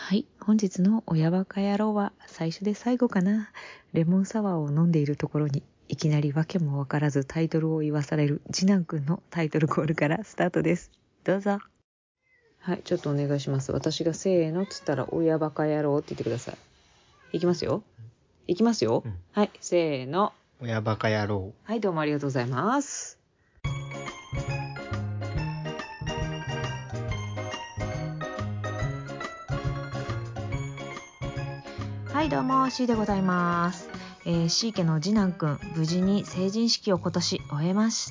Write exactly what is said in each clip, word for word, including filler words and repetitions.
はい、本日の親バカ野郎は最初で最後かな。レモンサワーを飲んでいるところにいきなりわけもわからずタイトルを言わされる次男くんのタイトルコールからスタートです。どうぞ。はい、ちょっとお願いします。私がせーのっつったら親バカ野郎って言ってください。いきますよ。いきますよ。うん、はい、せーの。 親バカ野郎。 はい、どうもありがとうございます。はいどうも C でございます。えー、C 家の次男くん無事に成人式を今年終えました。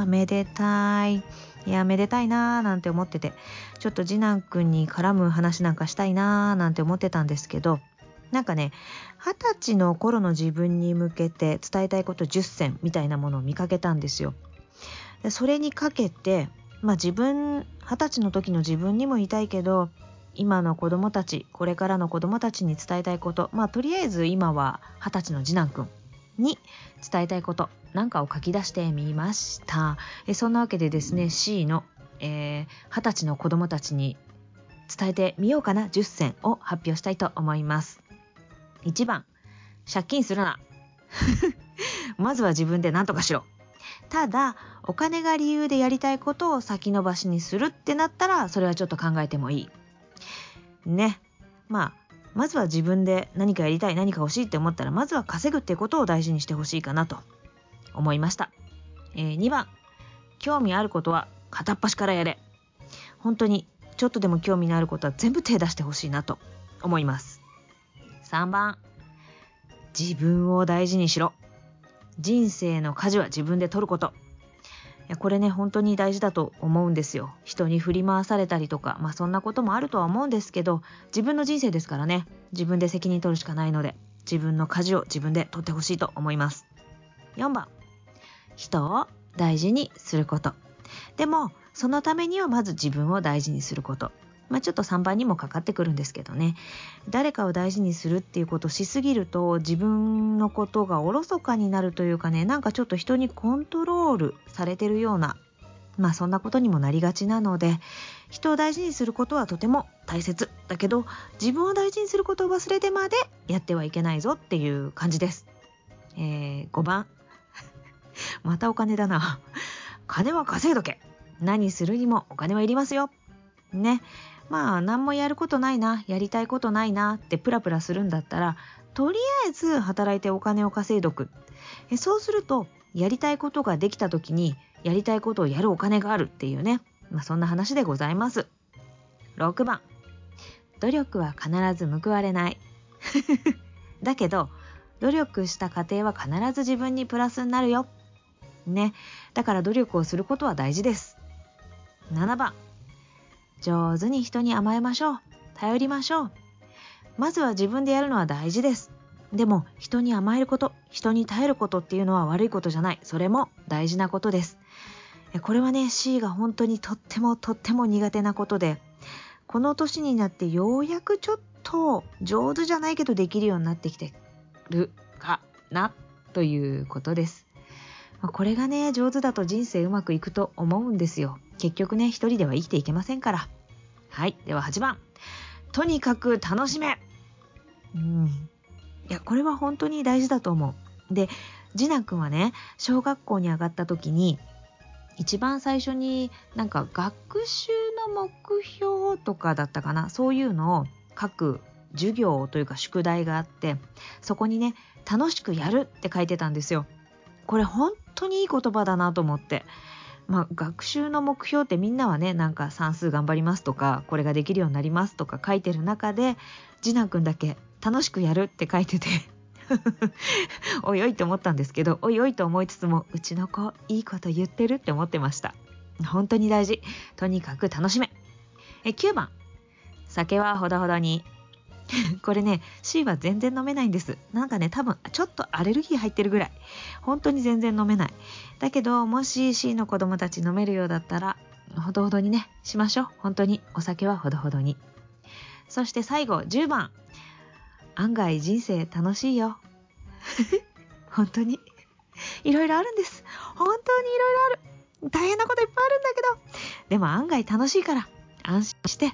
めでたい。いやめでたいなーなんて思ってて、ちょっと次男くんに絡む話なんかしたいなーなんて思ってたんですけど、なんかね二十歳の頃の自分に向けて伝えたいことじゅっせんみたいなものを見かけたんですよ。でそれにかけて、まあ自分二十歳の時の自分にも言いたいけど、今の子供たち、これからの子供たちに伝えたいこと、まあとりあえず今は二十歳の次男くんに伝えたいことなんかを書き出してみました。えそんなわけでですね、 C の、えー、二十歳の子供たちに伝えてみようかなじゅっせんを発表したいと思います。いちばん、借金するなまずは自分で何とかしろ。ただお金が理由でやりたいことを先延ばしにするってなったら、それはちょっと考えてもいいね。まあまずは自分で何かやりたい、何か欲しいって思ったら、まずは稼ぐってことを大事にしてほしいかなと思いました。えー、にばん、興味あることは片っ端からやれ。本当にちょっとでも興味のあることは全部手出してほしいなと思います。さんばん、自分を大事にしろ。人生の舵は自分で取ること。いやこれね本当に大事だと思うんですよ。人に振り回されたりとか、まあそんなこともあるとは思うんですけど、自分の人生ですからね、自分で責任取るしかないので、自分の舵を自分で取ってほしいと思います。よんばん、人を大事にすること。でもそのためにはまず自分を大事にすること。まあちょっとさんばんにもかかってくるんですけどね、誰かを大事にするっていうことをしすぎると、自分のことがおろそかになるというかね、なんかちょっと人にコントロールされてるような、まあそんなことにもなりがちなので、人を大事にすることはとても大切だけど、自分を大事にすることを忘れてまでやってはいけないぞっていう感じです。えー、ごばんまたお金だな。金は稼いどけ。何するにもお金はいりますよね。まあ何もやることないな、やりたいことないなってプラプラするんだったら、とりあえず働いてお金を稼いどく。えそうするとやりたいことができた時にやりたいことをやるお金があるっていうね、まあそんな話でございます。ろくばん、努力は必ず報われないだけど努力した過程は必ず自分にプラスになるよね。だから努力をすることは大事です。ななばん、上手に人に甘えましょう。頼りましょう。まずは自分でやるのは大事です。でも人に甘えること、人に耐えることっていうのは悪いことじゃない。それも大事なことです。これはね C が本当にとってもとっても苦手なことで、この年になってようやくちょっと上手じゃないけどできるようになってきてるかなということです。これがね上手だと人生うまくいくと思うんですよ。結局ね一人では生きていけませんから。はい、でははちばん、とにかく楽しめ。うんいやこれは本当に大事だと思う。で次男くんはね小学校に上がった時に一番最初になんか学習の目標とかだったかな、そういうのを書く授業というか宿題があって、そこにね楽しくやるって書いてたんですよ。これ本当にいい言葉だなと思って、まあ学習の目標ってみんなはねなんか算数頑張りますとかこれができるようになりますとか書いてる中で、次男くんだけ楽しくやるって書いてておいおいと思ったんですけど、おいおいと思いつつもうちの子いいこと言ってるって思ってました。本当に大事。とにかく楽しめ。えきゅうばん、酒はほどほどにこれね C は全然飲めないんです。なんかね多分ちょっとアレルギー入ってるぐらい、本当に全然飲めない。だけどもし C の子供たち飲めるようだったらほどほどにねしましょう。本当にお酒はほどほどに。そして最後じゅうばん、案外人生楽しいよ本当にいろいろあるんです。本当にいろいろある。大変なこといっぱいあるんだけど、でも案外楽しいから安心して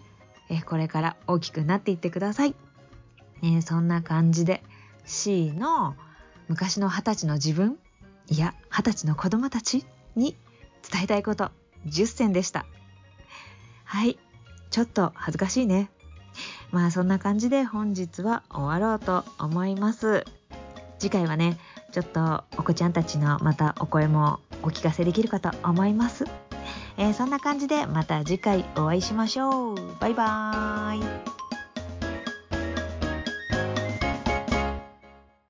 えーこれから大きくなっていってください。えーそんな感じで C の昔の二十歳の自分、いや二十歳の子供たちに伝えたいことじゅっせんでした。はい、ちょっと恥ずかしいね。まあそんな感じで本日は終わろうと思います。次回はね、ちょっとお子ちゃんたちのまたお声もお聞かせできるかと思います。えーそんな感じでまた次回お会いしましょう。バイバーイ。